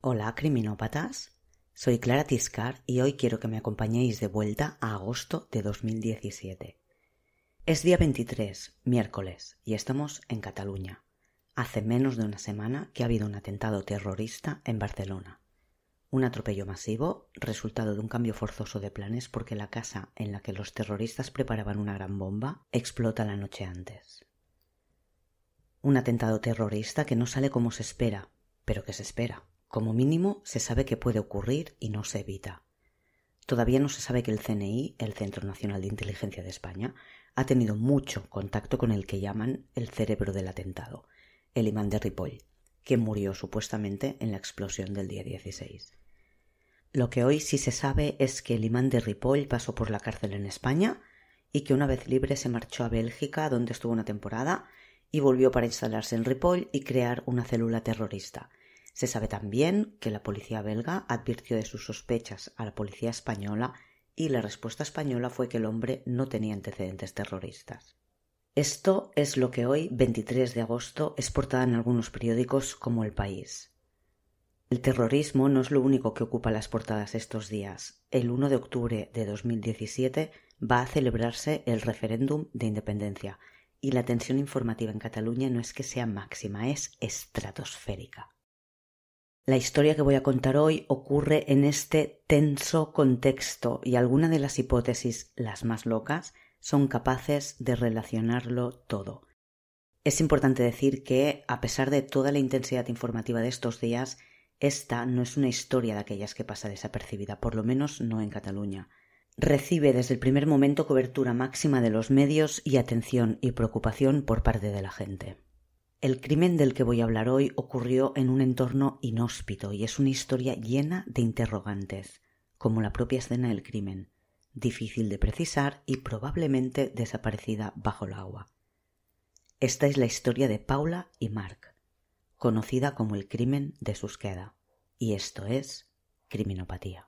Hola, criminópatas. Soy Clara Tiscar y hoy quiero que me acompañéis de vuelta a agosto de 2017. Es día 23, miércoles, y estamos en Cataluña. Hace menos de una semana que ha habido un atentado terrorista en Barcelona. Un atropello masivo, resultado de un cambio forzoso de planes porque la casa en la que los terroristas preparaban una gran bomba explota la noche antes. Un atentado terrorista que no sale como se espera, pero que se espera. Como mínimo, se sabe que puede ocurrir y no se evita. Todavía no se sabe que el CNI, el Centro Nacional de Inteligencia de España, ha tenido mucho contacto con el que llaman el cerebro del atentado, el imán de Ripoll, que murió supuestamente en la explosión del día 16. Lo que hoy sí se sabe es que el imán de Ripoll pasó por la cárcel en España y que una vez libre se marchó a Bélgica, donde estuvo una temporada, y volvió para instalarse en Ripoll y crear una célula terrorista. Se sabe también que la policía belga advirtió de sus sospechas a la policía española y la respuesta española fue que el hombre no tenía antecedentes terroristas. Esto es lo que hoy, 23 de agosto, es portada en algunos periódicos como El País. El terrorismo no es lo único que ocupa las portadas estos días. El 1 de octubre de 2017 va a celebrarse el referéndum de independencia y la tensión informativa en Cataluña no es que sea máxima, es estratosférica. La historia que voy a contar hoy ocurre en este tenso contexto y algunas de las hipótesis, las más locas, son capaces de relacionarlo todo. Es importante decir que, a pesar de toda la intensidad informativa de estos días, esta no es una historia de aquellas que pasa desapercibida, por lo menos no en Cataluña. Recibe desde el primer momento cobertura máxima de los medios y atención y preocupación por parte de la gente. El crimen del que voy a hablar hoy ocurrió en un entorno inhóspito y es una historia llena de interrogantes, como la propia escena del crimen, difícil de precisar y probablemente desaparecida bajo el agua. Esta es la historia de Paula y Marc, conocida como el crimen de Susqueda, y esto es Criminopatía.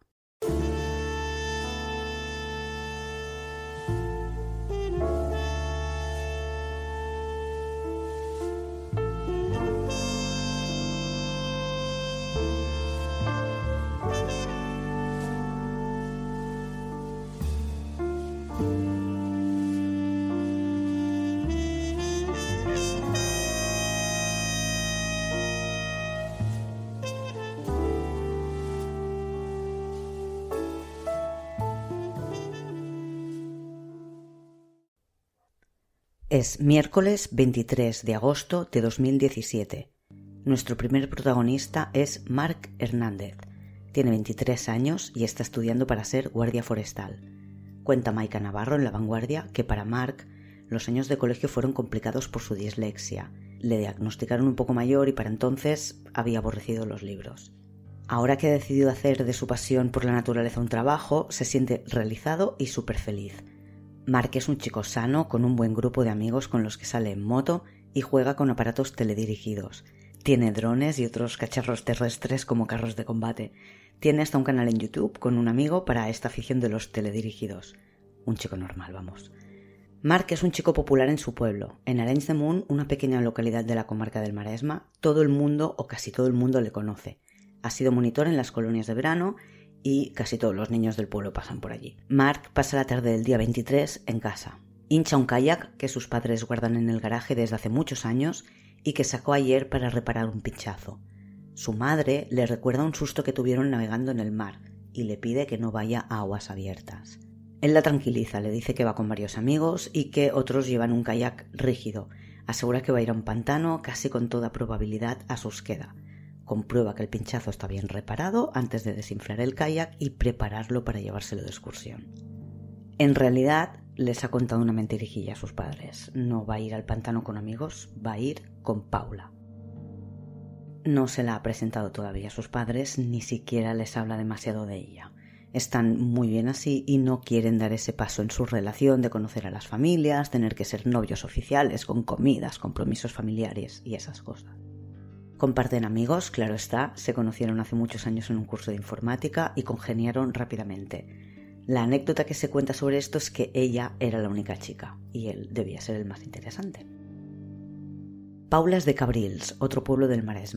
Es miércoles 23 de agosto de 2017. Nuestro primer protagonista es Marc Hernández. Tiene 23 años y está estudiando para ser guardia forestal. Cuenta Maika Navarro en La Vanguardia que para Marc los años de colegio fueron complicados por su dislexia. Le diagnosticaron un poco mayor y para entonces había aborrecido los libros. Ahora que ha decidido hacer de su pasión por la naturaleza un trabajo, se siente realizado y súper feliz. Marc es un chico sano, con un buen grupo de amigos con los que sale en moto y juega con aparatos teledirigidos. Tiene drones y otros cacharros terrestres como carros de combate. Tiene hasta un canal en YouTube con un amigo para esta afición de los teledirigidos. Un chico normal, vamos. Marc es un chico popular en su pueblo. En Arenys de Munt, una pequeña localidad de la comarca del Maresma, todo el mundo o casi todo el mundo le conoce. Ha sido monitor en las colonias de verano y casi todos los niños del pueblo pasan por allí. Marc pasa la tarde del día 23 en casa. Hincha un kayak que sus padres guardan en el garaje desde hace muchos años y que sacó ayer para reparar un pinchazo. Su madre le recuerda un susto que tuvieron navegando en el mar y le pide que no vaya a aguas abiertas. Él la tranquiliza, le dice que va con varios amigos y que otros llevan un kayak rígido. Asegura que va a ir a un pantano casi con toda probabilidad a Susqueda. Comprueba que el pinchazo está bien reparado antes de desinflar el kayak y prepararlo para llevárselo de excursión. En realidad, les ha contado una mentirijilla a sus padres. No va a ir al pantano con amigos, va a ir con Paula. No se la ha presentado todavía a sus padres, ni siquiera les habla demasiado de ella. Están muy bien así y no quieren dar ese paso en su relación de conocer a las familias, tener que ser novios oficiales con comidas, compromisos familiares y esas cosas. Comparten amigos, claro está, se conocieron hace muchos años en un curso de informática y congeniaron rápidamente. La anécdota que se cuenta sobre esto es que ella era la única chica y él debía ser el más interesante. Paula es de Cabrils, otro pueblo del Maresma.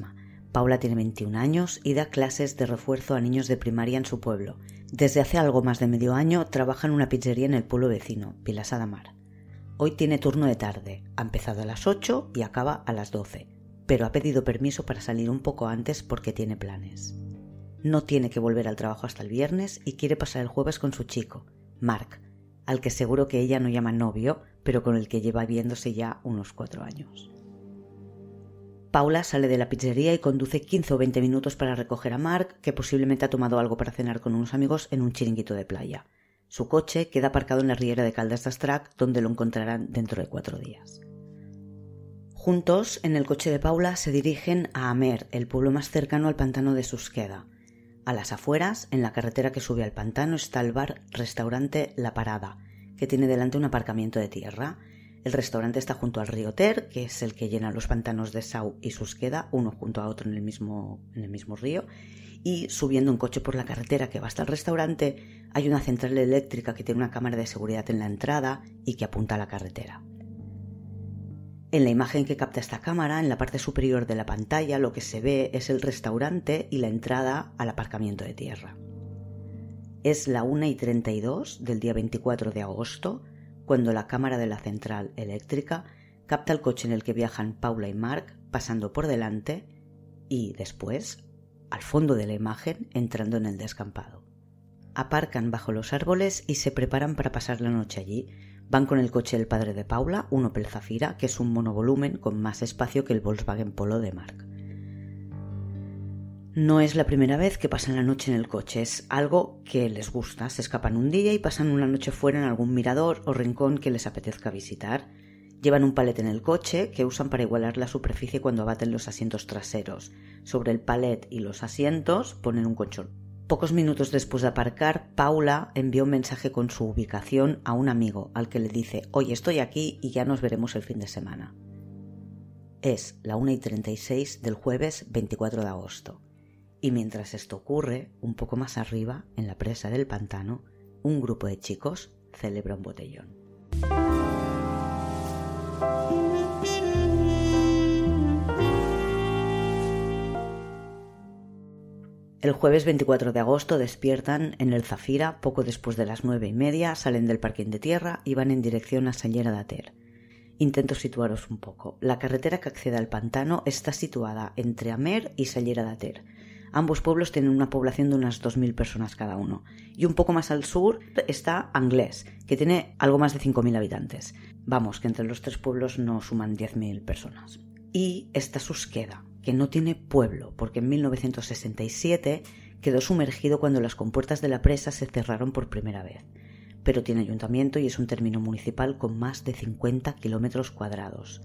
Paula tiene 21 años y da clases de refuerzo a niños de primaria en su pueblo. Desde hace algo más de medio año trabaja en una pizzería en el pueblo vecino, Vilassar de Mar. Hoy tiene turno de tarde, ha empezado a las 8 y acaba a las 12, pero ha pedido permiso para salir un poco antes porque tiene planes. No tiene que volver al trabajo hasta el viernes y quiere pasar el jueves con su chico, Marc, al que seguro que ella no llama novio, pero con el que lleva viéndose ya unos 4 años. Paula sale de la pizzería y conduce 15 o 20 minutos para recoger a Marc, que posiblemente ha tomado algo para cenar con unos amigos en un chiringuito de playa. Su coche queda aparcado en la riera de Caldes d'Estrac, donde lo encontrarán dentro de 4 días. Juntos, en el coche de Paula, se dirigen a Amer, el pueblo más cercano al pantano de Susqueda. A las afueras, en la carretera que sube al pantano, está el bar-restaurante La Parada, que tiene delante un aparcamiento de tierra. El restaurante está junto al río Ter, que es el que llena los pantanos de Sau y Susqueda, uno junto a otro en el mismo río, y subiendo un coche por la carretera que va hasta el restaurante, hay una central eléctrica que tiene una cámara de seguridad en la entrada y que apunta a la carretera. En la imagen que capta esta cámara, en la parte superior de la pantalla, lo que se ve es el restaurante y la entrada al aparcamiento de tierra. Es la 1:32 del día 24 de agosto, cuando la cámara de la central eléctrica capta el coche en el que viajan Paula y Marc pasando por delante y, después, al fondo de la imagen, entrando en el descampado. Aparcan bajo los árboles y se preparan para pasar la noche allí. Van con el coche del padre de Paula, un Opel Zafira, que es un monovolumen con más espacio que el Volkswagen Polo de Marc. No es la primera vez que pasan la noche en el coche, es algo que les gusta. Se escapan un día y pasan una noche fuera en algún mirador o rincón que les apetezca visitar. Llevan un palet en el coche que usan para igualar la superficie cuando abaten los asientos traseros. Sobre el palet y los asientos ponen un colchón. Pocos minutos después de aparcar, Paula envió un mensaje con su ubicación a un amigo, al que le dice: «Hoy estoy aquí y ya nos veremos el fin de semana». Es la 1:36 del jueves 24 de agosto. Y mientras esto ocurre, un poco más arriba, en la presa del pantano, un grupo de chicos celebra un botellón. El jueves 24 de agosto despiertan en el Zafira poco después de las 9:30, salen del parking de tierra y van en dirección a Cellera de Ter. Intento situaros un poco. La carretera que accede al pantano está situada entre Amer y Cellera de Ter. Ambos pueblos tienen una población de unas 2.000 personas cada uno. Y un poco más al sur está Anglès, que tiene algo más de 5.000 habitantes. Vamos, que entre los 3 pueblos no suman 10.000 personas. Y está Susqueda, que no tiene pueblo, porque en 1967 quedó sumergido cuando las compuertas de la presa se cerraron por primera vez. Pero tiene ayuntamiento y es un término municipal con más de 50 kilómetros cuadrados.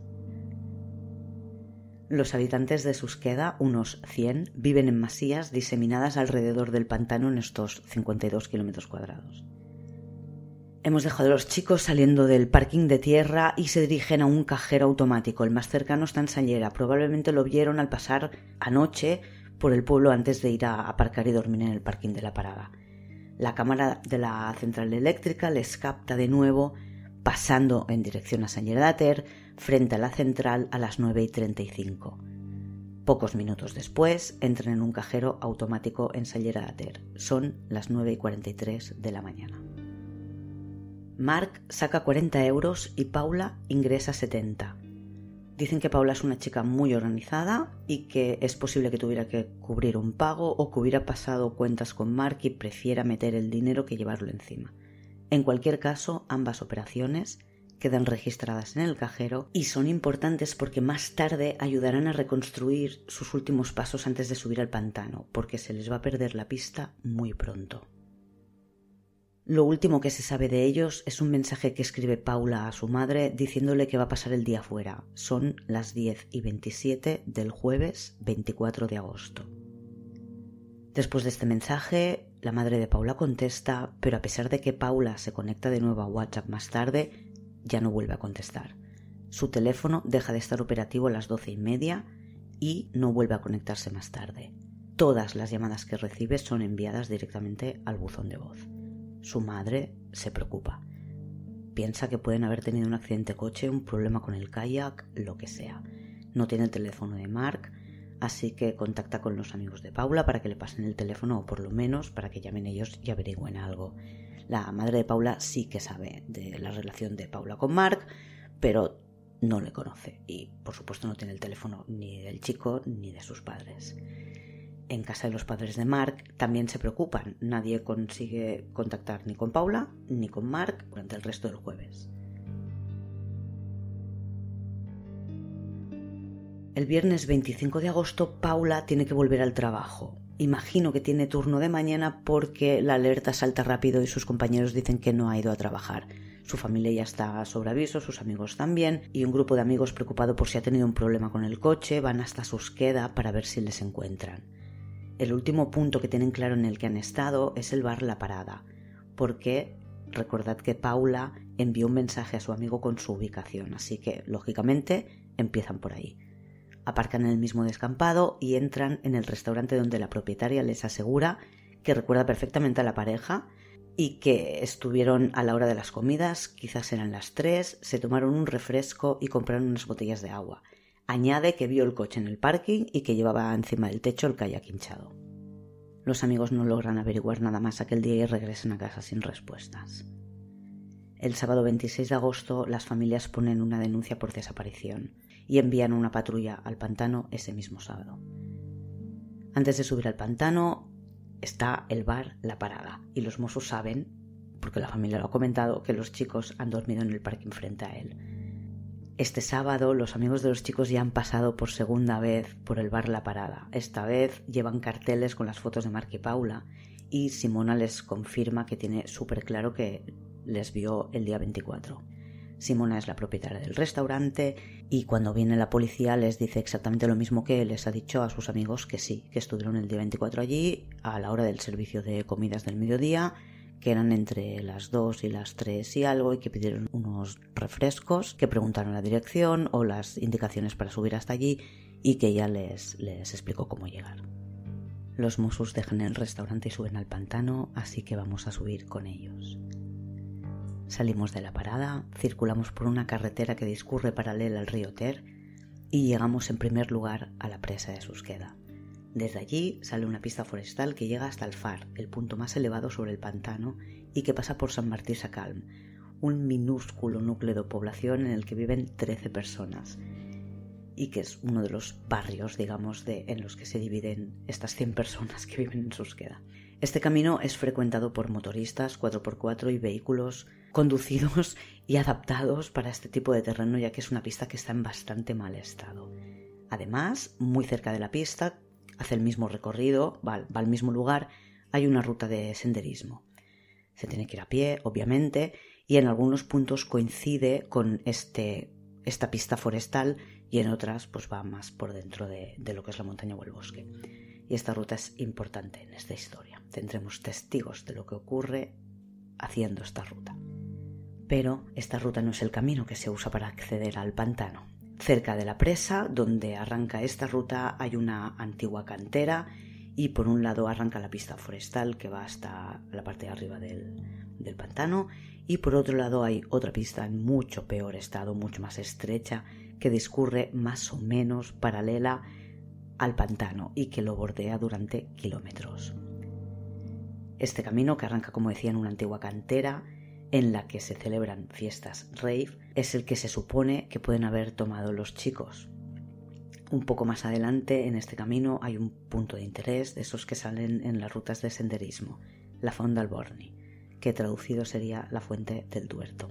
Los habitantes de Susqueda, unos 100, viven en masías diseminadas alrededor del pantano en estos 52 kilómetros cuadrados. Hemos dejado a los chicos saliendo del parking de tierra y se dirigen a un cajero automático. El más cercano está en Cellera. Probablemente lo vieron al pasar anoche por el pueblo antes de ir a aparcar y dormir en el parking de La Parada. La cámara de la central eléctrica les capta de nuevo pasando en dirección a Cellera de Ter frente a la central a las 9:35. Pocos minutos después entran en un cajero automático en Cellera de Ter. Son las 9:43 de la mañana. Marc saca 40 euros y Paula ingresa 70. Dicen que Paula es una chica muy organizada y que es posible que tuviera que cubrir un pago o que hubiera pasado cuentas con Marc y prefiera meter el dinero que llevarlo encima. En cualquier caso, ambas operaciones quedan registradas en el cajero y son importantes porque más tarde ayudarán a reconstruir sus últimos pasos antes de subir al pantano, porque se les va a perder la pista muy pronto. Lo último que se sabe de ellos es un mensaje que escribe Paula a su madre diciéndole que va a pasar el día fuera. Son las 10:27 del jueves 24 de agosto. Después de este mensaje, la madre de Paula contesta, pero a pesar de que Paula se conecta de nuevo a WhatsApp más tarde, ya no vuelve a contestar. Su teléfono deja de estar operativo a las 12:30 y no vuelve a conectarse más tarde. Todas las llamadas que recibe son enviadas directamente al buzón de voz. Su madre se preocupa. Piensa que pueden haber tenido un accidente de coche, un problema con el kayak, lo que sea. No tiene el teléfono de Marc, así que contacta con los amigos de Paula para que le pasen el teléfono o por lo menos para que llamen ellos y averigüen algo. La madre de Paula sí que sabe de la relación de Paula con Mark, pero no le conoce y por supuesto no tiene el teléfono ni del chico ni de sus padres. En casa de los padres de Mark también se preocupan, nadie consigue contactar ni con Paula ni con Mark durante el resto del jueves. El viernes 25 de agosto Paula tiene que volver al trabajo. Imagino que tiene turno de mañana porque la alerta salta rápido y sus compañeros dicen que no ha ido a trabajar. Su familia ya está sobre aviso, sus amigos también, y un grupo de amigos preocupado por si ha tenido un problema con el coche van hasta Susqueda para ver si les encuentran. El último punto que tienen claro en el que han estado es el bar La Parada, porque recordad que Paula envió un mensaje a su amigo con su ubicación, así que lógicamente empiezan por ahí. Aparcan en el mismo descampado y entran en el restaurante donde la propietaria les asegura que recuerda perfectamente a la pareja y que estuvieron a la hora de las comidas, quizás eran las 3, se tomaron un refresco y compraron unas botellas de agua. Añade que vio el coche en el parking y que llevaba encima del techo el kayak hinchado. Los amigos no logran averiguar nada más aquel día y regresan a casa sin respuestas. El sábado 26 de agosto las familias ponen una denuncia por desaparición y envían una patrulla al pantano ese mismo sábado. Antes de subir al pantano está el bar La Parada y los Mossos saben, porque la familia lo ha comentado, que los chicos han dormido en el parking frente a él. Este sábado los amigos de los chicos ya han pasado por segunda vez por el bar La Parada. Esta vez llevan carteles con las fotos de Mark y Paula y Simona les confirma que tiene súper claro que les vio el día 24. Simona es la propietaria del restaurante y cuando viene la policía les dice exactamente lo mismo que les ha dicho a sus amigos, que sí, que estuvieron el día 24 allí a la hora del servicio de comidas del mediodía, que eran entre las 2 y las 3 y algo y que pidieron unos refrescos, que preguntaron la dirección o las indicaciones para subir hasta allí y que ella les explicó cómo llegar. Los Mossos dejan el restaurante y suben al pantano, así que vamos a subir con ellos. Salimos de La Parada, circulamos por una carretera que discurre paralela al río Ter y llegamos en primer lugar a la presa de Susqueda. Desde allí sale una pista forestal que llega hasta el Far, el punto más elevado sobre el pantano y que pasa por Sant Martí Sacalm, un minúsculo núcleo de población en el que viven 13 personas y que es uno de los barrios, digamos, en los que se dividen estas 100 personas que viven en Susqueda. Este camino es frecuentado por motoristas 4x4 y vehículos conducidos y adaptados para este tipo de terreno, ya que es una pista que está en bastante mal estado. Además, muy cerca de la pista, hace el mismo recorrido, va al mismo lugar, hay una ruta de senderismo. Se tiene que ir a pie, obviamente, y en algunos puntos coincide con esta pista forestal y en otras pues va más por dentro de lo que es la montaña o el bosque. Y esta ruta es importante en esta historia. Tendremos testigos de lo que ocurre haciendo esta ruta. Pero esta ruta no es el camino que se usa para acceder al pantano. Cerca de la presa, donde arranca esta ruta, hay una antigua cantera y por un lado arranca la pista forestal que va hasta la parte de arriba del pantano y por otro lado hay otra pista en mucho peor estado, mucho más estrecha, que discurre más o menos paralela al pantano y que lo bordea durante kilómetros. Este camino, que arranca, como decía, en una antigua cantera en la que se celebran fiestas rave, es el que se supone que pueden haber tomado los chicos. Un poco más adelante en este camino hay un punto de interés de esos que salen en las rutas de senderismo, la Font del Borni, que traducido sería la Fuente del Tuerto.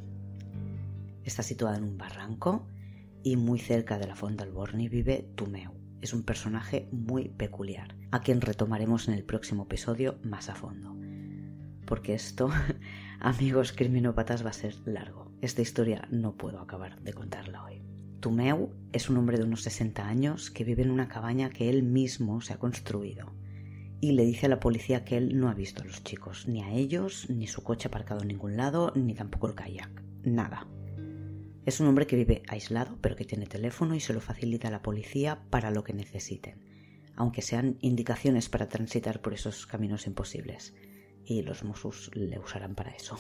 Está situada en un barranco y muy cerca de la Font del Borni vive Tomeu. Es un personaje muy peculiar, a quien retomaremos en el próximo episodio más a fondo. Porque esto, amigos criminópatas, va a ser largo. Esta historia no puedo acabar de contarla hoy. Tomeu es un hombre de unos 60 años que vive en una cabaña que él mismo se ha construido y le dice a la policía que él no ha visto a los chicos, ni a ellos, ni su coche aparcado en ningún lado, ni tampoco el kayak. Nada. Es un hombre que vive aislado, pero que tiene teléfono y se lo facilita a la policía para lo que necesiten, aunque sean indicaciones para transitar por esos caminos imposibles. Y los Mossos le usarán para eso.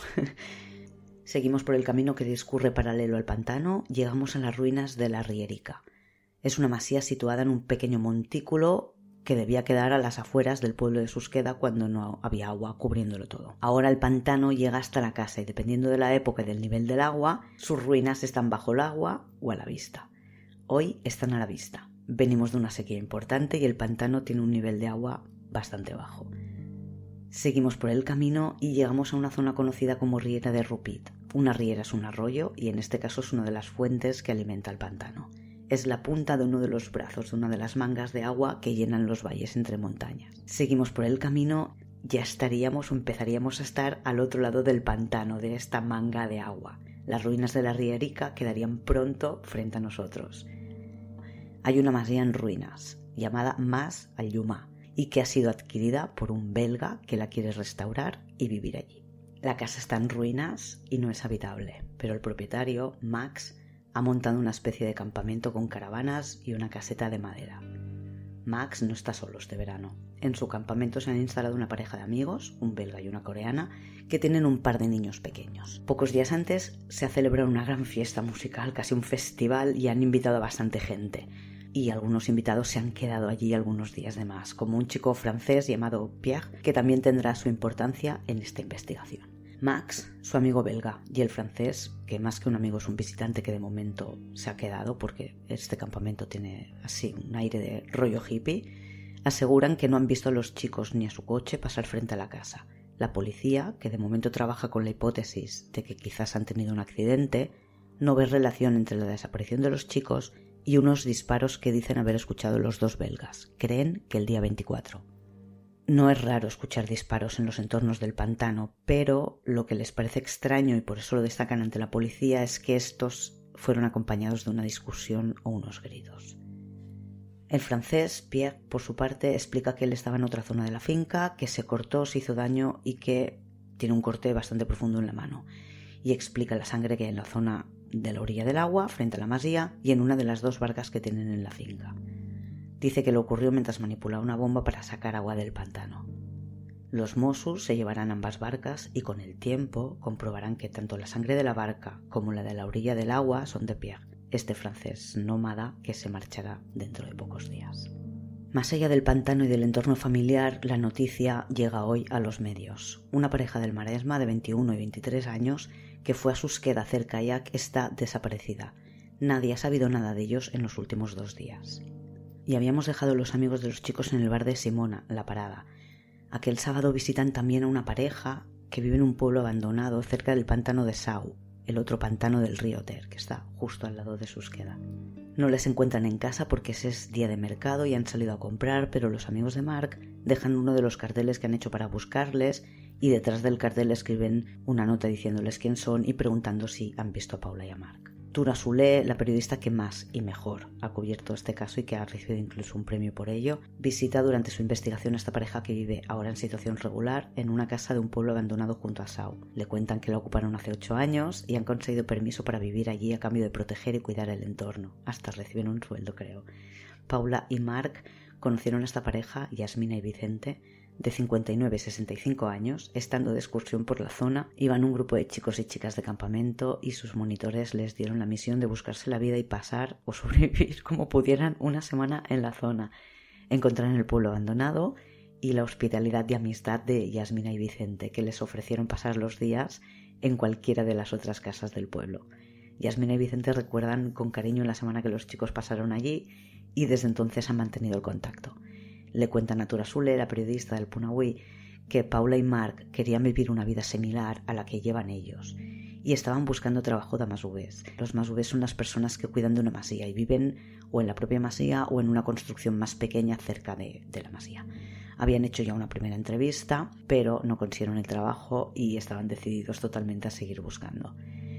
Seguimos por el camino que discurre paralelo al pantano, llegamos a las ruinas de la Rierica. Es una masía situada en un pequeño montículo que debía quedar a las afueras del pueblo de Susqueda cuando no había agua cubriéndolo todo. Ahora el pantano llega hasta la casa y dependiendo de la época y del nivel del agua, sus ruinas están bajo el agua o a la vista. Hoy están a la vista. Venimos de una sequía importante y el pantano tiene un nivel de agua bastante bajo. Seguimos por el camino y llegamos a una zona conocida como Riera de Rupit. Una riera es un arroyo y en este caso es una de las fuentes que alimenta el pantano. Es la punta de uno de los brazos de una de las mangas de agua que llenan los valles entre montañas. Seguimos por el camino, ya estaríamos o empezaríamos a estar al otro lado del pantano, de esta manga de agua. Las ruinas de la rierica quedarían pronto frente a nosotros. Hay una masía en ruinas, llamada Mas al-Yuma, y que ha sido adquirida por un belga que la quiere restaurar y vivir allí. La casa está en ruinas y no es habitable, pero el propietario, Max, ha montado una especie de campamento con caravanas y una caseta de madera. Max no está solo este verano. En su campamento se han instalado una pareja de amigos, un belga y una coreana, que tienen un par de niños pequeños. Pocos días antes se ha celebrado una gran fiesta musical, casi un festival, y han invitado a bastante gente. Y algunos invitados se han quedado allí algunos días de más, como un chico francés llamado Pierre, que también tendrá su importancia en esta investigación. Max, su amigo belga, y el francés, que más que un amigo es un visitante que de momento se ha quedado porque este campamento tiene así un aire de rollo hippie, aseguran que no han visto a los chicos ni a su coche pasar frente a la casa. La policía, que de momento trabaja con la hipótesis de que quizás han tenido un accidente, no ve relación entre la desaparición de los chicos y unos disparos que dicen haber escuchado los dos belgas. Creen que el día 24. No es raro escuchar disparos en los entornos del pantano, pero lo que les parece extraño y por eso lo destacan ante la policía es que estos fueron acompañados de una discusión o unos gritos. El francés, Pierre, por su parte, explica que él estaba en otra zona de la finca, que se cortó, se hizo daño y que tiene un corte bastante profundo en la mano. Y explica la sangre que hay en la zona de la orilla del agua, frente a la masía, y en una de las dos barcas que tienen en la finca. Dice que le ocurrió mientras manipulaba una bomba para sacar agua del pantano. Los Mossos se llevarán ambas barcas y con el tiempo comprobarán que tanto la sangre de la barca como la de la orilla del agua son de Pierre, este francés nómada que se marchará dentro de pocos días. Más allá del pantano y del entorno familiar, la noticia llega hoy a los medios. Una pareja del Maresma de 21 y 23 años que fue a Susqueda a hacer kayak está desaparecida. Nadie ha sabido nada de ellos en los últimos 2 días. Y habíamos dejado los amigos de los chicos en el bar de Simona, La Parada. Aquel sábado visitan también a una pareja que vive en un pueblo abandonado cerca del pantano de Sau, el otro pantano del río Ter, que está justo al lado de Susqueda. No les encuentran en casa porque ese es día de mercado y han salido a comprar, pero los amigos de Marc dejan uno de los carteles que han hecho para buscarles y detrás del cartel escriben una nota diciéndoles quién son y preguntando si han visto a Paula y a Marc. Tura Soler, la periodista que más y mejor ha cubierto este caso y que ha recibido incluso un premio por ello, visita durante su investigación a esta pareja que vive ahora en situación regular en una casa de un pueblo abandonado junto a Sau. Le cuentan que la ocuparon hace 8 años y han conseguido permiso para vivir allí a cambio de proteger y cuidar el entorno. Hasta reciben un sueldo, creo. Paula y Marc conocieron a esta pareja, Yasmina y Vicente, de 59 y 65 años, estando de excursión por la zona. Iban un grupo de chicos y chicas de campamento y sus monitores les dieron la misión de buscarse la vida y pasar o sobrevivir como pudieran una semana en la zona. Encontraron el pueblo abandonado y la hospitalidad y amistad de Yasmina y Vicente, que les ofrecieron pasar los días en cualquiera de las otras casas del pueblo. Yasmina y Vicente recuerdan con cariño la semana que los chicos pasaron allí y desde entonces han mantenido el contacto. Le cuentan a Tura Soler, la periodista del Punahui, que Paula y Marc querían vivir una vida similar a la que llevan ellos y estaban buscando trabajo de masuvés. Los masuvés son las personas que cuidan de una masía y viven o en la propia masía o en una construcción más pequeña cerca de la masía. Habían hecho ya una primera entrevista, pero no consiguieron el trabajo y estaban decididos totalmente a seguir buscando.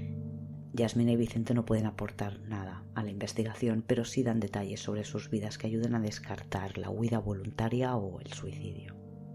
Yasmina y Vicente no pueden aportar nada a la investigación, pero sí dan detalles sobre sus vidas que ayudan a descartar la huida voluntaria o el suicidio.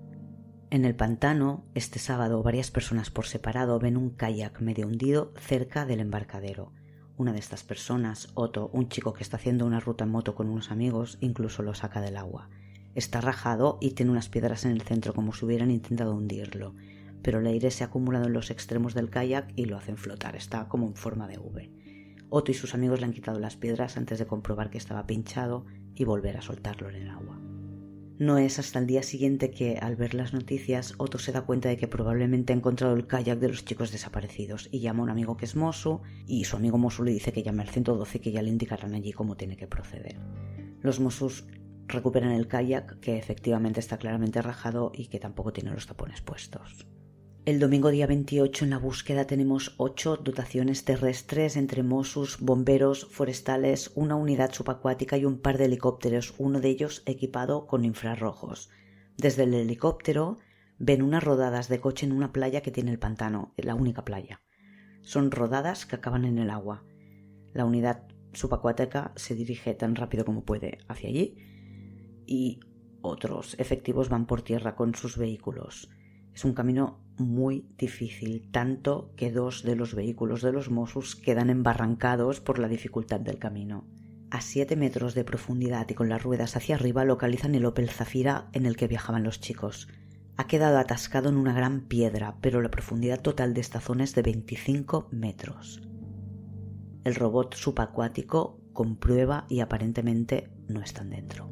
En el pantano, este sábado, varias personas por separado ven un kayak medio hundido cerca del embarcadero. Una de estas personas, Otto, un chico que está haciendo una ruta en moto con unos amigos, incluso lo saca del agua. Está rajado y tiene unas piedras en el centro como si hubieran intentado hundirlo, pero el aire se ha acumulado en los extremos del kayak y lo hacen flotar, está como en forma de V. Otto y sus amigos le han quitado las piedras antes de comprobar que estaba pinchado y volver a soltarlo en el agua. No es hasta el día siguiente que, al ver las noticias, Otto se da cuenta de que probablemente ha encontrado el kayak de los chicos desaparecidos y llama a un amigo que es Mosu, y su amigo Mosu le dice que llame al 112 y que ya le indicarán allí cómo tiene que proceder. Los Mossus recuperan el kayak, que efectivamente está claramente rajado y que tampoco tiene los tapones puestos. El domingo día 28 en la búsqueda tenemos 8 dotaciones terrestres entre Mossus, bomberos, forestales, una unidad subacuática y un par de helicópteros, uno de ellos equipado con infrarrojos. Desde el helicóptero ven unas rodadas de coche en una playa que tiene el pantano, la única playa. Son rodadas que acaban en el agua. La unidad subacuática se dirige tan rápido como puede hacia allí y otros efectivos van por tierra con sus vehículos. Es un camino muy difícil, tanto que 2 de los vehículos de los Mossus quedan embarrancados por la dificultad del camino. A 7 metros de profundidad y con las ruedas hacia arriba localizan el Opel Zafira en el que viajaban los chicos. Ha quedado atascado en una gran piedra, pero la profundidad total de esta zona es de 25 metros. El robot subacuático comprueba y aparentemente no están dentro.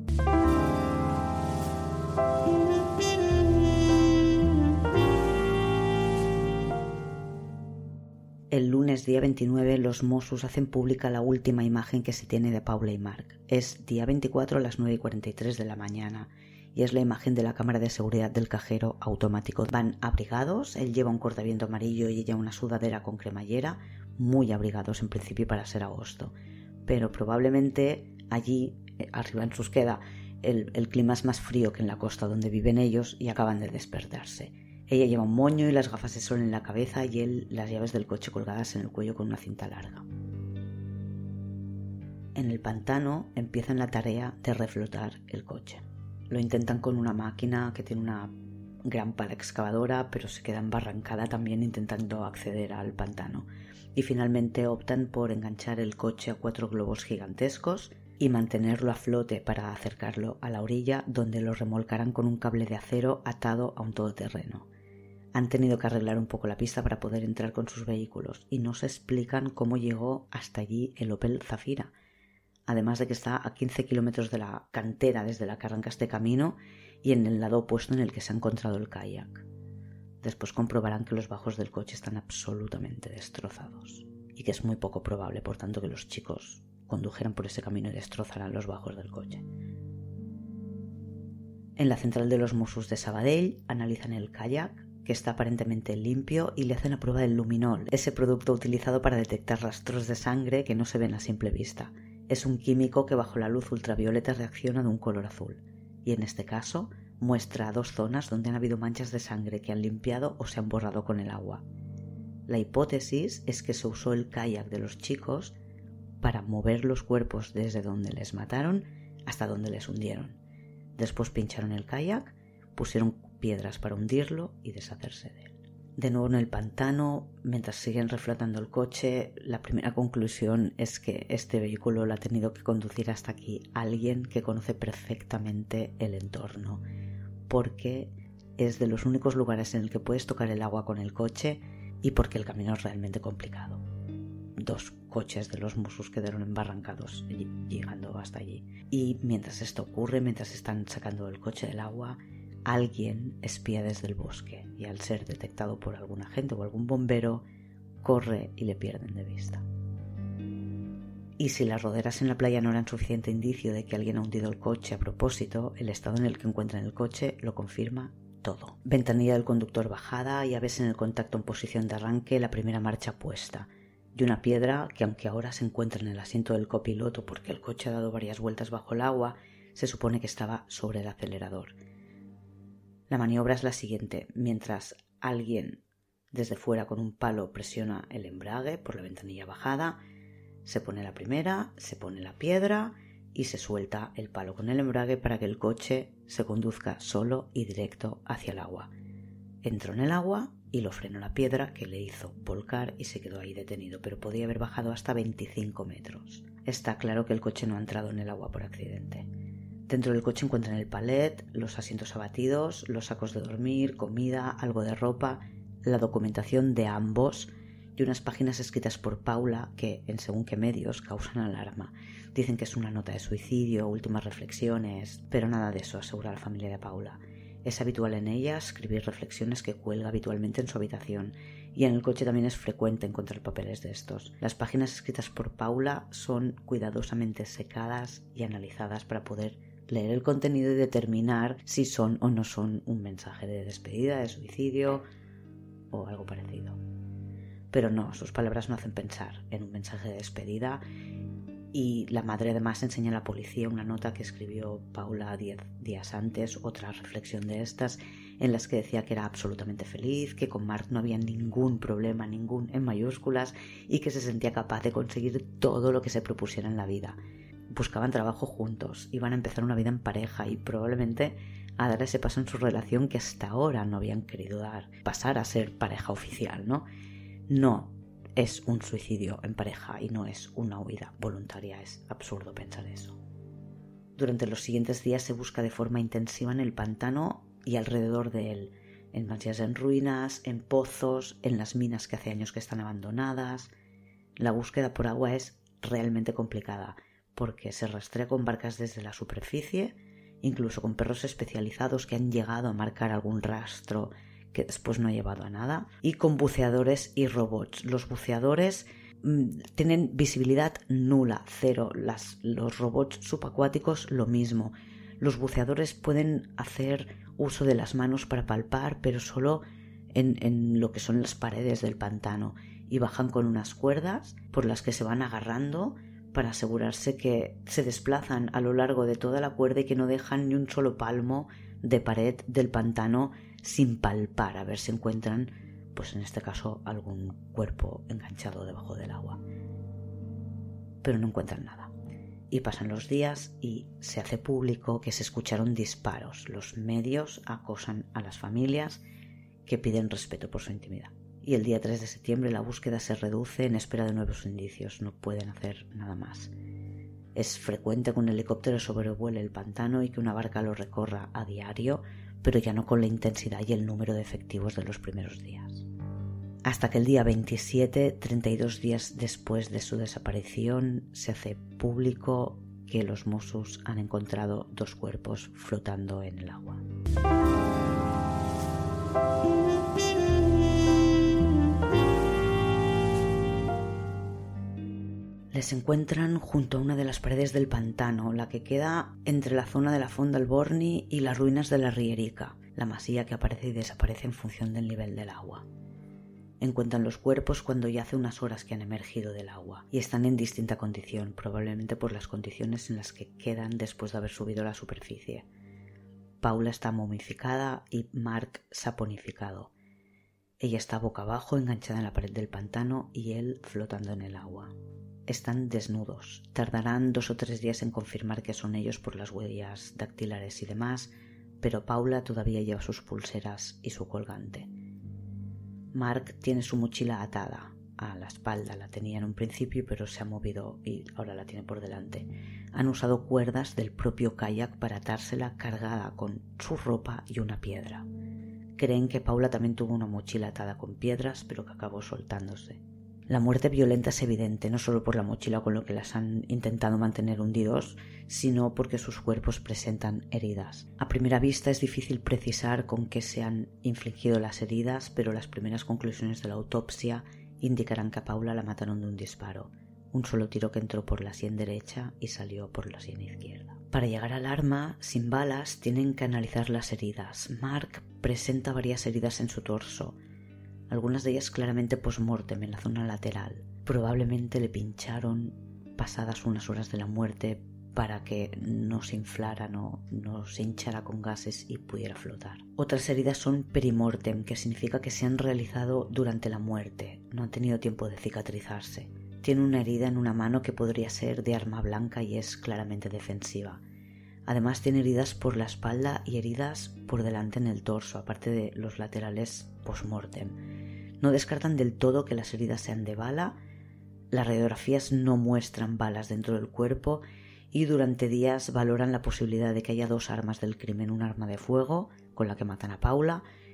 El lunes día 29 los Mossus hacen pública la última imagen que se tiene de Paula y Mark. Es día 24 a las 9:43 de la mañana y es la imagen de la cámara de seguridad del cajero automático. Van abrigados, él lleva un cortaviento amarillo y ella una sudadera con cremallera, muy abrigados en principio para ser agosto. Pero probablemente allí, arriba en Susqueda, el clima es más frío que en la costa donde viven ellos y acaban de despertarse. Ella lleva un moño y las gafas de sol en la cabeza y él las llaves del coche colgadas en el cuello con una cinta larga. En el pantano empiezan la tarea de reflotar el coche. Lo intentan con una máquina que tiene una gran pala excavadora, pero se queda embarrancada también intentando acceder al pantano. Y finalmente optan por enganchar el coche a 4 globos gigantescos y mantenerlo a flote para acercarlo a la orilla, donde lo remolcarán con un cable de acero atado a un todoterreno. Han tenido que arreglar un poco la pista para poder entrar con sus vehículos y no se explican cómo llegó hasta allí el Opel Zafira, además de que está a 15 kilómetros de la cantera desde la que arranca este camino y en el lado opuesto en el que se ha encontrado el kayak. Después comprobarán que los bajos del coche están absolutamente destrozados y que es muy poco probable, por tanto, que los chicos condujeran por ese camino y destrozaran los bajos del coche. En la central de los Mossos de Sabadell analizan el kayak, que está aparentemente limpio, y le hacen la prueba del luminol, ese producto utilizado para detectar rastros de sangre que no se ven a simple vista. Es un químico que bajo la luz ultravioleta reacciona de un color azul, y en este caso muestra 2 zonas donde han habido manchas de sangre que han limpiado o se han borrado con el agua. La hipótesis es que se usó el kayak de los chicos para mover los cuerpos desde donde les mataron hasta donde les hundieron. Después pincharon el kayak, pusieron piedras para hundirlo y deshacerse de él. De nuevo en el pantano, mientras siguen reflotando el coche, la primera conclusión es que este vehículo lo ha tenido que conducir hasta aquí alguien que conoce perfectamente el entorno, porque es de los únicos lugares en el que puedes tocar el agua con el coche y porque el camino es realmente complicado. 2 coches de los Mossos quedaron embarrancados llegando hasta allí. Y mientras esto ocurre, mientras están sacando el coche del agua, alguien espía desde el bosque y al ser detectado por algún agente o algún bombero, corre y le pierden de vista. Y si las roderas en la playa no eran suficiente indicio de que alguien ha hundido el coche a propósito, el estado en el que encuentran el coche lo confirma todo. Ventanilla del conductor bajada, llaves en el contacto en posición de arranque, la primera marcha puesta. Y una piedra que, aunque ahora se encuentra en el asiento del copiloto porque el coche ha dado varias vueltas bajo el agua, se supone que estaba sobre el acelerador. La maniobra es la siguiente: mientras alguien desde fuera con un palo presiona el embrague por la ventanilla bajada, se pone la primera, se pone la piedra y se suelta el palo con el embrague para que el coche se conduzca solo y directo hacia el agua. Entró en el agua y lo frenó la piedra, que le hizo volcar y se quedó ahí detenido, pero podía haber bajado hasta 25 metros. Está claro que el coche no ha entrado en el agua por accidente. Dentro del coche encuentran el palet, los asientos abatidos, los sacos de dormir, comida, algo de ropa, la documentación de ambos, y unas páginas escritas por Paula que, en según qué medios, causan alarma. Dicen que es una nota de suicidio, últimas reflexiones, pero nada de eso, asegura la familia de Paula. Es habitual en ella escribir reflexiones que cuelga habitualmente en su habitación, y en el coche también es frecuente encontrar papeles de estos. Las páginas escritas por Paula son cuidadosamente secadas y analizadas para poder leer el contenido y determinar si son o no son un mensaje de despedida, de suicidio o algo parecido. Pero no, sus palabras no hacen pensar en un mensaje de despedida, y la madre además enseña a la policía una nota que escribió Paula 10 días antes, otra reflexión de estas, en las que decía que era absolutamente feliz, que con Mark no había ningún problema, ningún en mayúsculas, y que se sentía capaz de conseguir todo lo que se propusiera en la vida. Buscaban trabajo juntos, iban a empezar una vida en pareja y probablemente a dar ese paso en su relación que hasta ahora no habían querido dar, pasar a ser pareja oficial, ¿no? No es un suicidio en pareja y no es una huida voluntaria, es absurdo pensar eso. Durante los siguientes días se busca de forma intensiva en el pantano y alrededor de él, en manchas en ruinas, en pozos, en las minas que hace años que están abandonadas. La búsqueda por agua es realmente complicada porque se rastrea con barcas desde la superficie, incluso con perros especializados que han llegado a marcar algún rastro que después no ha llevado a nada, y con buceadores y robots. Los buceadores tienen visibilidad nula, cero. Los robots subacuáticos lo mismo. Los buceadores pueden hacer uso de las manos para palpar, pero solo en lo que son las paredes del pantano, y bajan con unas cuerdas por las que se van agarrando para asegurarse que se desplazan a lo largo de toda la cuerda y que no dejan ni un solo palmo de pared del pantano sin palpar, a ver si encuentran, pues en este caso, algún cuerpo enganchado debajo del agua. Pero no encuentran nada. Y pasan los días y se hace público que se escucharon disparos. Los medios acosan a las familias que piden respeto por su intimidad. Y el día 3 de septiembre la búsqueda se reduce en espera de nuevos indicios. No pueden hacer nada más. Es frecuente que un helicóptero sobrevuele el pantano y que una barca lo recorra a diario, pero ya no con la intensidad y el número de efectivos de los primeros días. Hasta que el día 27, 32 días después de su desaparición, se hace público que los Mossos han encontrado 2 cuerpos flotando en el agua. Les encuentran junto a una de las paredes del pantano, la que queda entre la zona de la Fonda Alborni y las ruinas de la Rierica, la masía que aparece y desaparece en función del nivel del agua. Encuentran los cuerpos cuando ya hace unas horas que han emergido del agua y están en distinta condición, probablemente por las condiciones en las que quedan después de haber subido a la superficie. Paula está momificada y Mark saponificado. Ella está boca abajo enganchada en la pared del pantano y él flotando en el agua. Están desnudos. Tardarán 2 o 3 días en confirmar que son ellos por las huellas dactilares y demás, pero Paula todavía lleva sus pulseras y su colgante. Mark tiene su mochila atada a la espalda. La tenía en un principio, pero se ha movido y ahora la tiene por delante. Han usado cuerdas del propio kayak para atársela cargada con su ropa y una piedra. Creen que Paula también tuvo una mochila atada con piedras, pero que acabó soltándose. La muerte violenta es evidente, no solo por la mochila con lo que las han intentado mantener hundidos, sino porque sus cuerpos presentan heridas. A primera vista es difícil precisar con qué se han infligido las heridas, pero las primeras conclusiones de la autopsia indicarán que a Paula la mataron de un disparo. Un solo tiro que entró por la sien derecha y salió por la sien izquierda. Para llegar al arma, sin balas, tienen que analizar las heridas. Mark presenta varias heridas en su torso, algunas de ellas claramente post-mortem en la zona lateral. Probablemente le pincharon pasadas unas horas de la muerte para que no se inflara, no se hinchara con gases y pudiera flotar. Otras heridas son perimortem, que significa que se han realizado durante la muerte, no han tenido tiempo de cicatrizarse. Tiene una herida en una mano que podría ser de arma blanca y es claramente defensiva. Además tiene heridas por la espalda y heridas por delante en el torso, aparte de los laterales post-mortem. No descartan del todo que las heridas sean de bala. Las radiografías no muestran balas dentro del cuerpo y durante días valoran la posibilidad de que haya 2 armas del crimen, un arma de fuego con la que matan a Paula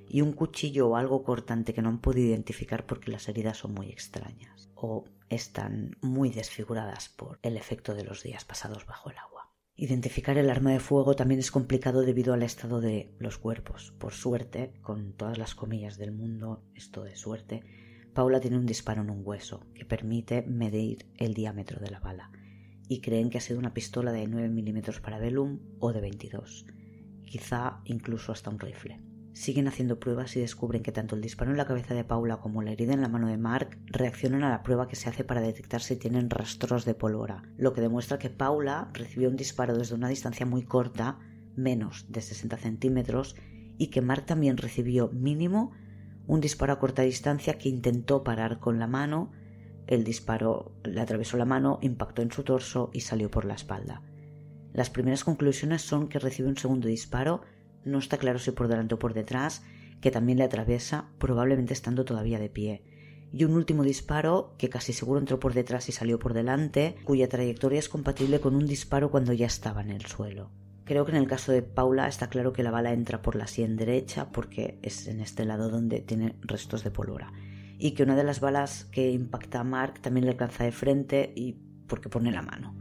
y un cuchillo o algo cortante que no han podido identificar porque las heridas son muy extrañas o están muy desfiguradas por el efecto de los días pasados bajo el agua. Identificar el arma de fuego también es complicado debido al estado de los cuerpos. Por suerte, con todas las comillas del mundo, esto de suerte, Paula tiene un disparo en un hueso que permite medir el diámetro de la bala y creen que ha sido una pistola de 9 mm Parabellum o de 22, quizá incluso hasta un rifle. Siguen haciendo pruebas y descubren que tanto el disparo en la cabeza de Paula como la herida en la mano de Mark reaccionan a la prueba que se hace para detectar si tienen rastros de pólvora, lo que demuestra que Paula recibió un disparo desde una distancia muy corta, menos de 60 centímetros, y que Mark también recibió mínimo un disparo a corta distancia que intentó parar con la mano. El disparo le atravesó la mano, impactó en su torso y salió por la espalda. Las primeras conclusiones son que recibe un segundo disparo, no está claro si por delante o por detrás, que también le atraviesa, probablemente estando todavía de pie. Y un último disparo, que casi seguro entró por detrás y salió por delante, cuya trayectoria es compatible con un disparo cuando ya estaba en el suelo. Creo que en el caso de Paula está claro que la bala entra por la sien derecha porque es en este lado donde tiene restos de pólvora. Y que una de las balas que impacta a Mark también le alcanza de frente y porque pone la mano.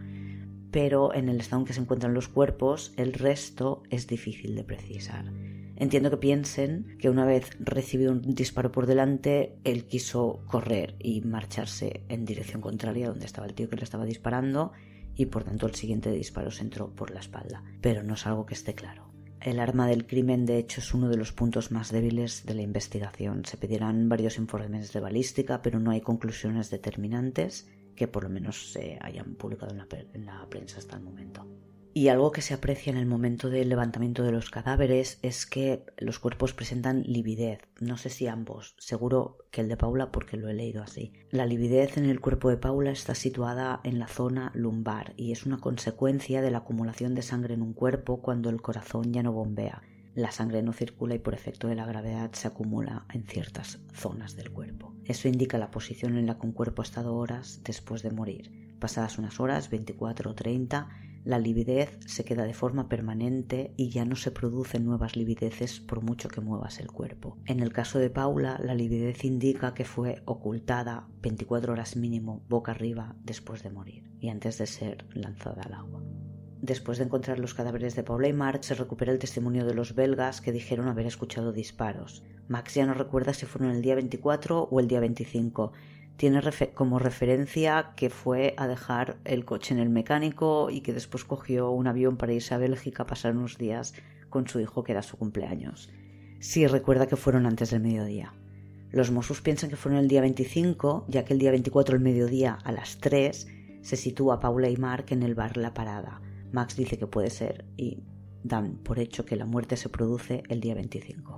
Pero en el estado en que se encuentran los cuerpos, el resto es difícil de precisar. Entiendo que piensen que una vez recibido un disparo por delante, él quiso correr y marcharse en dirección contraria donde estaba el tío que le estaba disparando y por tanto el siguiente disparo se entró por la espalda. Pero no es algo que esté claro. El arma del crimen, de hecho, es uno de los puntos más débiles de la investigación. Se pedirán varios informes de balística, pero no hay conclusiones determinantes que por lo menos se hayan publicado en la prensa hasta el momento. Y algo que se aprecia en el momento del levantamiento de los cadáveres es que los cuerpos presentan lividez. No sé si ambos, seguro que el de Paula porque lo he leído así. La lividez en el cuerpo de Paula está situada en la zona lumbar y es una consecuencia de la acumulación de sangre en un cuerpo cuando el corazón ya no bombea. La sangre no circula y por efecto de la gravedad se acumula en ciertas zonas del cuerpo. Eso indica la posición en la que un cuerpo ha estado horas después de morir. Pasadas unas horas, 24 o 30, la lividez se queda de forma permanente y ya no se producen nuevas livideces por mucho que muevas el cuerpo. En el caso de Paula, la lividez indica que fue ocultada 24 horas mínimo boca arriba después de morir y antes de ser lanzada al agua. Después de encontrar los cadáveres de Paula y Mark, se recupera el testimonio de los belgas que dijeron haber escuchado disparos. Max ya no recuerda si fueron el día 24 o el día 25. Tiene como referencia que fue a dejar el coche en el mecánico y que después cogió un avión para irse a Bélgica a pasar unos días con su hijo, que era su cumpleaños. Sí recuerda que fueron antes del mediodía. Los Mossos piensan que fueron el día 25, ya que el día 24 al mediodía a las 3 se sitúa Paula y Mark en el bar La Parada. Max dice que puede ser y dan por hecho que la muerte se produce el día 25.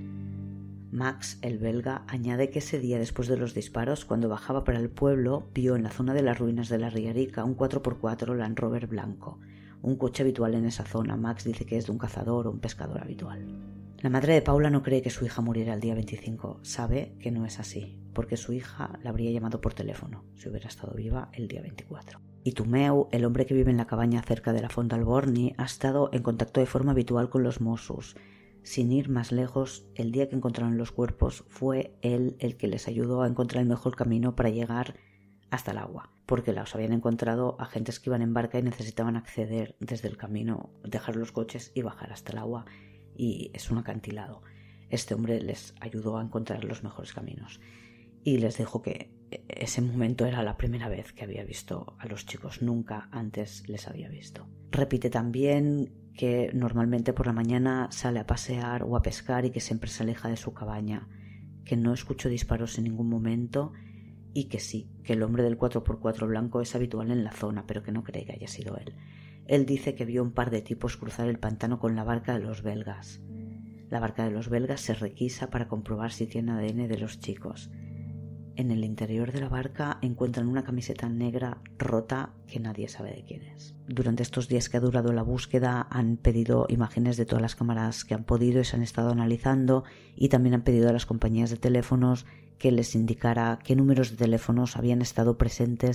Max, el belga, añade que ese día después de los disparos, cuando bajaba para el pueblo, vio en la zona de las ruinas de la Riarica un 4x4 Land Rover blanco, un coche habitual en esa zona. Max dice que es de un cazador o un pescador habitual. La madre de Paula no cree que su hija muriera el día 25. Sabe que no es así, porque su hija la habría llamado por teléfono si hubiera estado viva el día 24. Y Tomeu, el hombre que vive en la cabaña cerca de la Font d'Alborni, ha estado en contacto de forma habitual con los Mossos. Sin ir más lejos, el día que encontraron los cuerpos fue él el que les ayudó a encontrar el mejor camino para llegar hasta el agua, porque los habían encontrado agentes que iban en barca y necesitaban acceder desde el camino, dejar los coches y bajar hasta el agua, y es un acantilado. Este hombre les ayudó a encontrar los mejores caminos y les dijo que ese momento era la primera vez que había visto a los chicos, nunca antes les había visto. Repite también que normalmente por la mañana sale a pasear o a pescar y que siempre se aleja de su cabaña, que no escuchó disparos en ningún momento y que sí, que el hombre del 4x4 blanco es habitual en la zona, pero que no cree que haya sido él. Él dice que vio un par de tipos cruzar el pantano con la barca de los belgas. La barca de los belgas se requisa para comprobar si tiene ADN de los chicos. En el interior de la barca encuentran una camiseta negra rota que nadie sabe de quién es. Durante estos días que ha durado la búsqueda han pedido imágenes de todas las cámaras que han podido y se han estado analizando, y también han pedido a las compañías de teléfonos que les indicara qué números de teléfonos habían estado presentes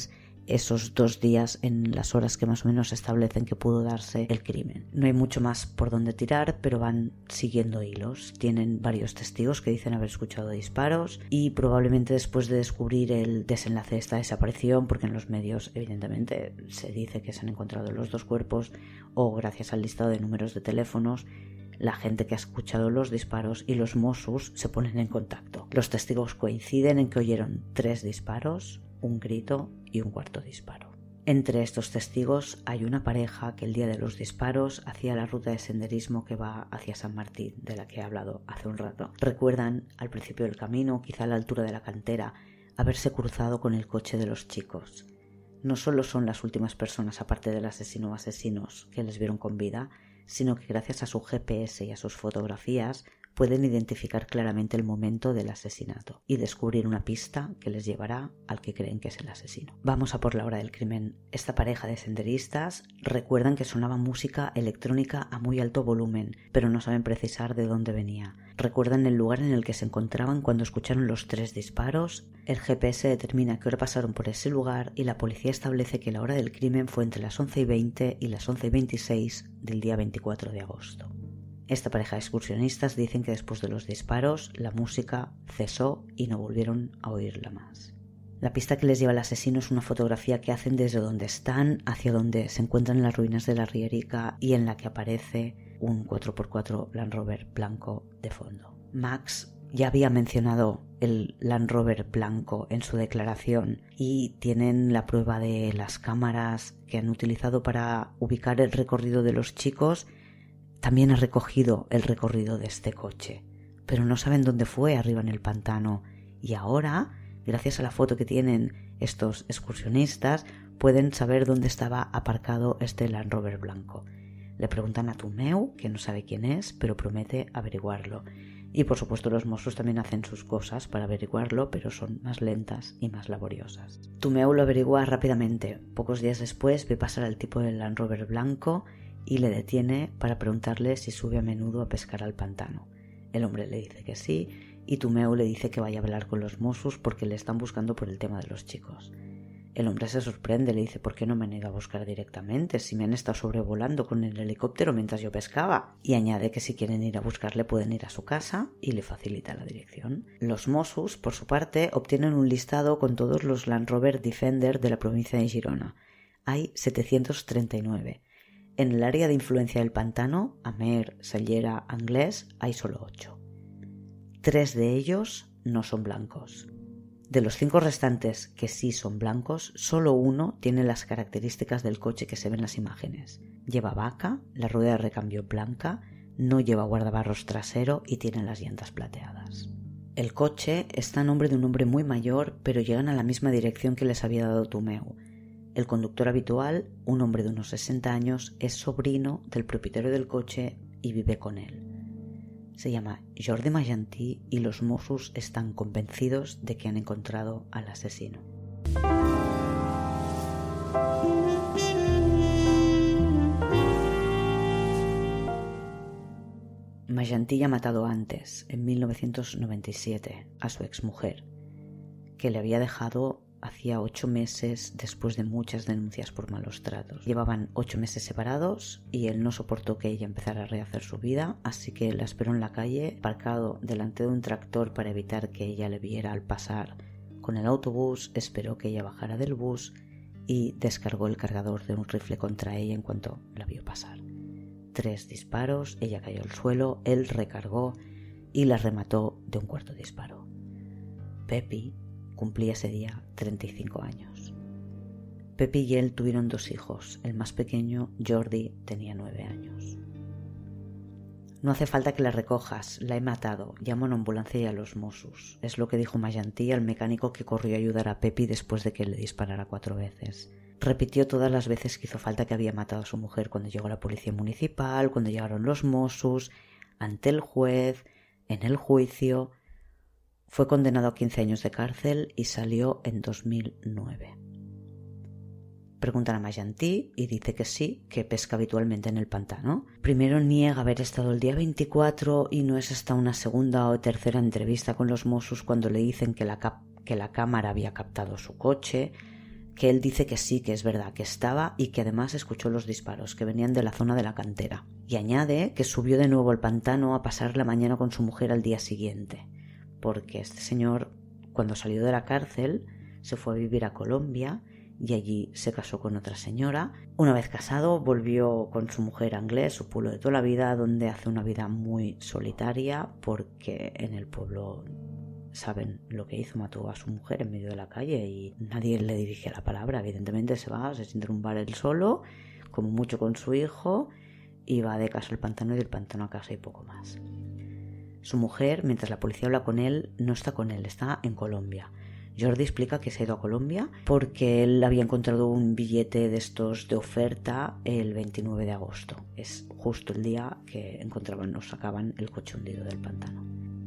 esos 2 días en las horas que más o menos establecen que pudo darse el crimen. No hay mucho más por donde tirar, pero van siguiendo hilos. Tienen varios testigos que dicen haber escuchado disparos y probablemente después de descubrir el desenlace de esta desaparición, porque en los medios evidentemente se dice que se han encontrado los 2 cuerpos, o gracias al listado de números de teléfonos, la gente que ha escuchado los disparos y los Mossos se ponen en contacto. Los testigos coinciden en que oyeron 3 disparos, un grito y un 4.º disparo. Entre estos testigos hay una pareja que el día de los disparos hacía la ruta de senderismo que va hacia San Martín, de la que he hablado hace un rato. Recuerdan al principio del camino, quizá a la altura de la cantera, haberse cruzado con el coche de los chicos. No solo son las últimas personas, aparte del asesino o asesinos, que les vieron con vida, sino que gracias a su GPS y a sus fotografías pueden identificar claramente el momento del asesinato y descubrir una pista que les llevará al que creen que es el asesino. Vamos a por la hora del crimen. Esta pareja de senderistas recuerdan que sonaba música electrónica a muy alto volumen, pero no saben precisar de dónde venía. Recuerdan el lugar en el que se encontraban cuando escucharon los 3 disparos. El GPS determina qué hora pasaron por ese lugar y la policía establece que la hora del crimen fue entre las 11:20 y las 11:26 del día 24 de agosto. Esta pareja de excursionistas dicen que después de los disparos la música cesó y no volvieron a oírla más. La pista que les lleva al asesino es una fotografía que hacen desde donde están hacia donde se encuentran las ruinas de la Rierica y en la que aparece un 4x4 Land Rover blanco de fondo. Max ya había mencionado el Land Rover blanco en su declaración y tienen la prueba de las cámaras que han utilizado para ubicar el recorrido de los chicos. También ha recogido el recorrido de este coche, pero no saben dónde fue arriba en el pantano y ahora, gracias a la foto que tienen estos excursionistas, pueden saber dónde estaba aparcado este Land Rover blanco. Le preguntan a Tomeu, que no sabe quién es, pero promete averiguarlo. Y por supuesto los Mossos también hacen sus cosas para averiguarlo, pero son más lentas y más laboriosas. Tomeu lo averigua rápidamente. Pocos días después ve pasar al tipo del Land Rover blanco y le detiene para preguntarle si sube a menudo a pescar al pantano. El hombre le dice que sí y Tomeu le dice que vaya a hablar con los Mossos porque le están buscando por el tema de los chicos. El hombre se sorprende, le dice: ¿por qué no me han ido a buscar directamente si me han estado sobrevolando con el helicóptero mientras yo pescaba? Y añade que si quieren ir a buscarle pueden ir a su casa y le facilita la dirección. Los Mossos, por su parte, obtienen un listado con todos los Land Rover Defender de la provincia de Girona. Hay 739. En el área de influencia del pantano, Amer, Sallera, Anglès, hay solo 8. 3 de ellos no son blancos. De los 5 restantes que sí son blancos, solo uno tiene las características del coche que se ven en las imágenes. Lleva vaca, la rueda de recambio blanca, no lleva guardabarros trasero y tiene las llantas plateadas. El coche está a nombre de un hombre muy mayor, pero llegan a la misma dirección que les había dado Tomeu. El conductor habitual, un hombre de unos 60 años, es sobrino del propietario del coche y vive con él. Se llama Jordi Magentí y los Mossos están convencidos de que han encontrado al asesino. Magentí ha matado antes, en 1997, a su exmujer, que le había dejado hacía 8 meses después de muchas denuncias por malos tratos. Llevaban 8 meses separados y él no soportó que ella empezara a rehacer su vida, así que la esperó en la calle, aparcado delante de un tractor para evitar que ella le viera al pasar con el autobús. Esperó que ella bajara del bus y descargó el cargador de un rifle contra ella en cuanto la vio pasar. 3 disparos, ella cayó al suelo, él recargó y la remató de un 4.º disparo. Pepi cumplía ese día 35 años. Pepi y él tuvieron 2 hijos. El más pequeño, Jordi, tenía 9 años. No hace falta que la recojas, la he matado. Llamo a una ambulancia y a los Mossos. Es lo que dijo Magentí al mecánico que corrió a ayudar a Pepi después de que le disparara 4 veces. Repitió todas las veces que hizo falta que había matado a su mujer cuando llegó la policía municipal, cuando llegaron los Mossos, ante el juez, en el juicio. Fue condenado a 15 años de cárcel y salió en 2009. Preguntan a Magentí y dice que sí, que pesca habitualmente en el pantano. Primero niega haber estado el día 24 y no es hasta una segunda o tercera entrevista con los Mossos cuando le dicen que la cámara había captado su coche, que él dice que sí, que es verdad, que estaba y que además escuchó los disparos que venían de la zona de la cantera. Y añade que subió de nuevo al pantano a pasar la mañana con su mujer al día siguiente, porque este señor, cuando salió de la cárcel, se fue a vivir a Colombia y allí se casó con otra señora. Una vez casado, volvió con su mujer a Anglés, su pueblo de toda la vida, donde hace una vida muy solitaria, porque en el pueblo saben lo que hizo, mató a su mujer en medio de la calle y nadie le dirige la palabra. Evidentemente se va, se siente en un bar él solo, como mucho con su hijo, y va de casa al pantano y del pantano a casa y poco más. Su mujer, mientras la policía habla con él, no está con él, está en Colombia. Jordi explica que se ha ido a Colombia porque él había encontrado un billete de estos de oferta el 29 de agosto. Es justo el día que encontraban o sacaban el coche hundido del pantano.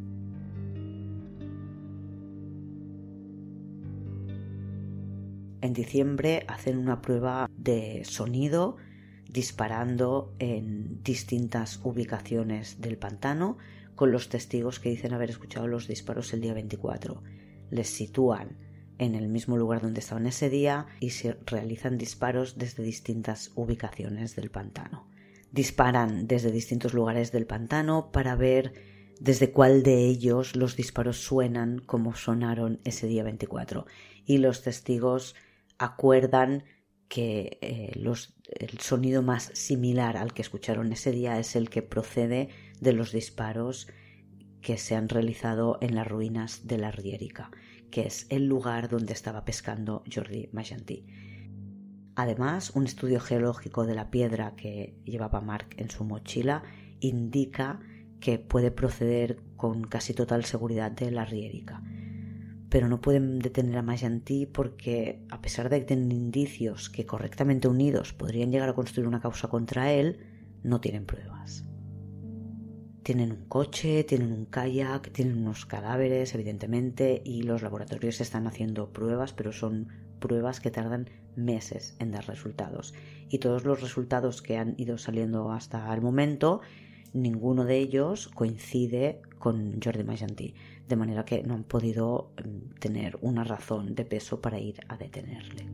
En diciembre hacen una prueba de sonido disparando en distintas ubicaciones del pantano con los testigos que dicen haber escuchado los disparos el día 24. Les sitúan en el mismo lugar donde estaban ese día y se realizan disparos desde distintas ubicaciones del pantano. Disparan desde distintos lugares del pantano para ver desde cuál de ellos los disparos suenan como sonaron ese día 24. Y los testigos acuerdan que el sonido más similar al que escucharon ese día es el que procede de los disparos que se han realizado en las ruinas de la Riérica, que es el lugar donde estaba pescando Jordi Majantí. Además, un estudio geológico de la piedra que llevaba Marc en su mochila indica que puede proceder con casi total seguridad de la Riérica. Pero no pueden detener a Majantí porque, a pesar de que tienen indicios que correctamente unidos podrían llegar a construir una causa contra él, no tienen pruebas. Tienen un coche, tienen un kayak, tienen unos cadáveres, evidentemente, y los laboratorios están haciendo pruebas, pero son pruebas que tardan meses en dar resultados. Y todos los resultados que han ido saliendo hasta el momento, ninguno de ellos coincide con Jordi Majantí, de manera que no han podido tener una razón de peso para ir a detenerle.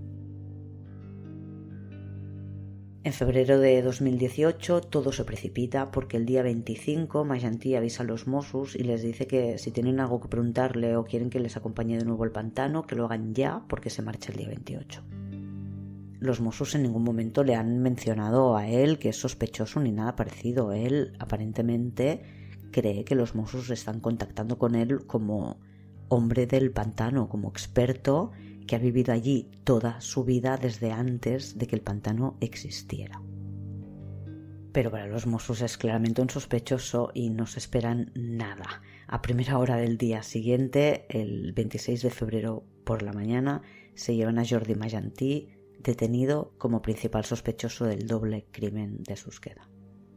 En febrero de 2018 todo se precipita porque el día 25 Majantí avisa a los Mossos y les dice que si tienen algo que preguntarle o quieren que les acompañe de nuevo al pantano, que lo hagan ya porque se marcha el día 28. Los Mossos en ningún momento le han mencionado a él que es sospechoso ni nada parecido. Él aparentemente cree que los Mossos están contactando con él como hombre del pantano, como experto que ha vivido allí toda su vida desde antes de que el pantano existiera. Pero para los Mossos es claramente un sospechoso y no se esperan nada. A primera hora del día siguiente, el 26 de febrero por la mañana, se llevan a Jordi Majantí detenido como principal sospechoso del doble crimen de Susqueda.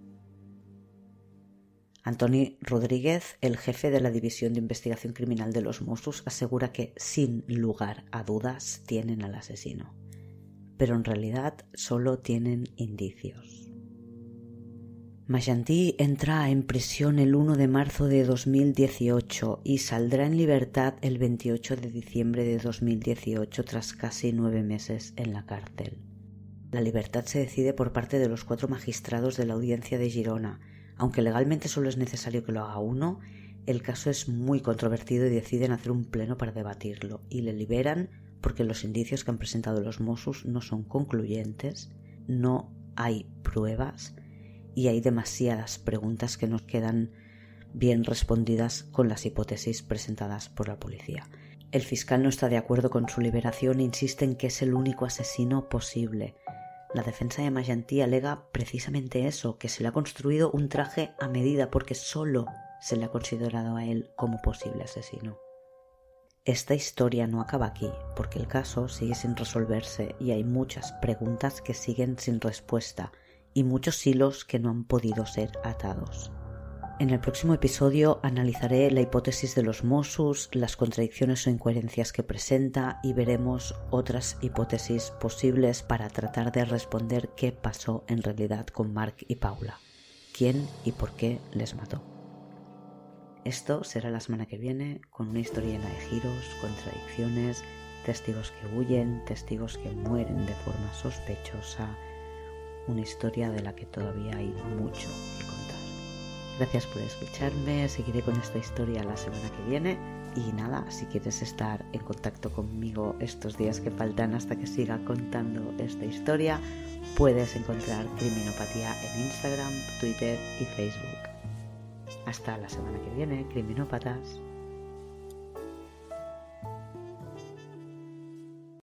Antoni Rodríguez, el jefe de la División de Investigación Criminal de los Mossos, asegura que, sin lugar a dudas, tienen al asesino. Pero en realidad solo tienen indicios. Majantí entra en prisión el 1 de marzo de 2018 y saldrá en libertad el 28 de diciembre de 2018 tras casi 9 meses en la cárcel. La libertad se decide por parte de los 4 magistrados de la Audiencia de Girona. Aunque legalmente solo es necesario que lo haga uno, el caso es muy controvertido y deciden hacer un pleno para debatirlo y le liberan porque los indicios que han presentado los Mossos no son concluyentes, no hay pruebas y hay demasiadas preguntas que no quedan bien respondidas con las hipótesis presentadas por la policía. El fiscal no está de acuerdo con su liberación e insiste en que es el único asesino posible. La defensa de Majantí alega precisamente eso, que se le ha construido un traje a medida porque solo se le ha considerado a él como posible asesino. Esta historia no acaba aquí, porque el caso sigue sin resolverse y hay muchas preguntas que siguen sin respuesta y muchos hilos que no han podido ser atados. En el próximo episodio analizaré la hipótesis de los Mossos, las contradicciones o incoherencias que presenta y veremos otras hipótesis posibles para tratar de responder qué pasó en realidad con Marc y Paula, quién y por qué les mató. Esto será la semana que viene con una historia llena de giros, contradicciones testigos que huyen, testigos que mueren de forma sospechosa, una historia de la que todavía hay mucho que contar. Gracias por escucharme, seguiré con esta historia la semana que viene y nada, si quieres estar en contacto conmigo estos días que faltan hasta que siga contando esta historia, puedes encontrar Criminopatía en Instagram, Twitter y Facebook. Hasta la semana que viene, criminópatas.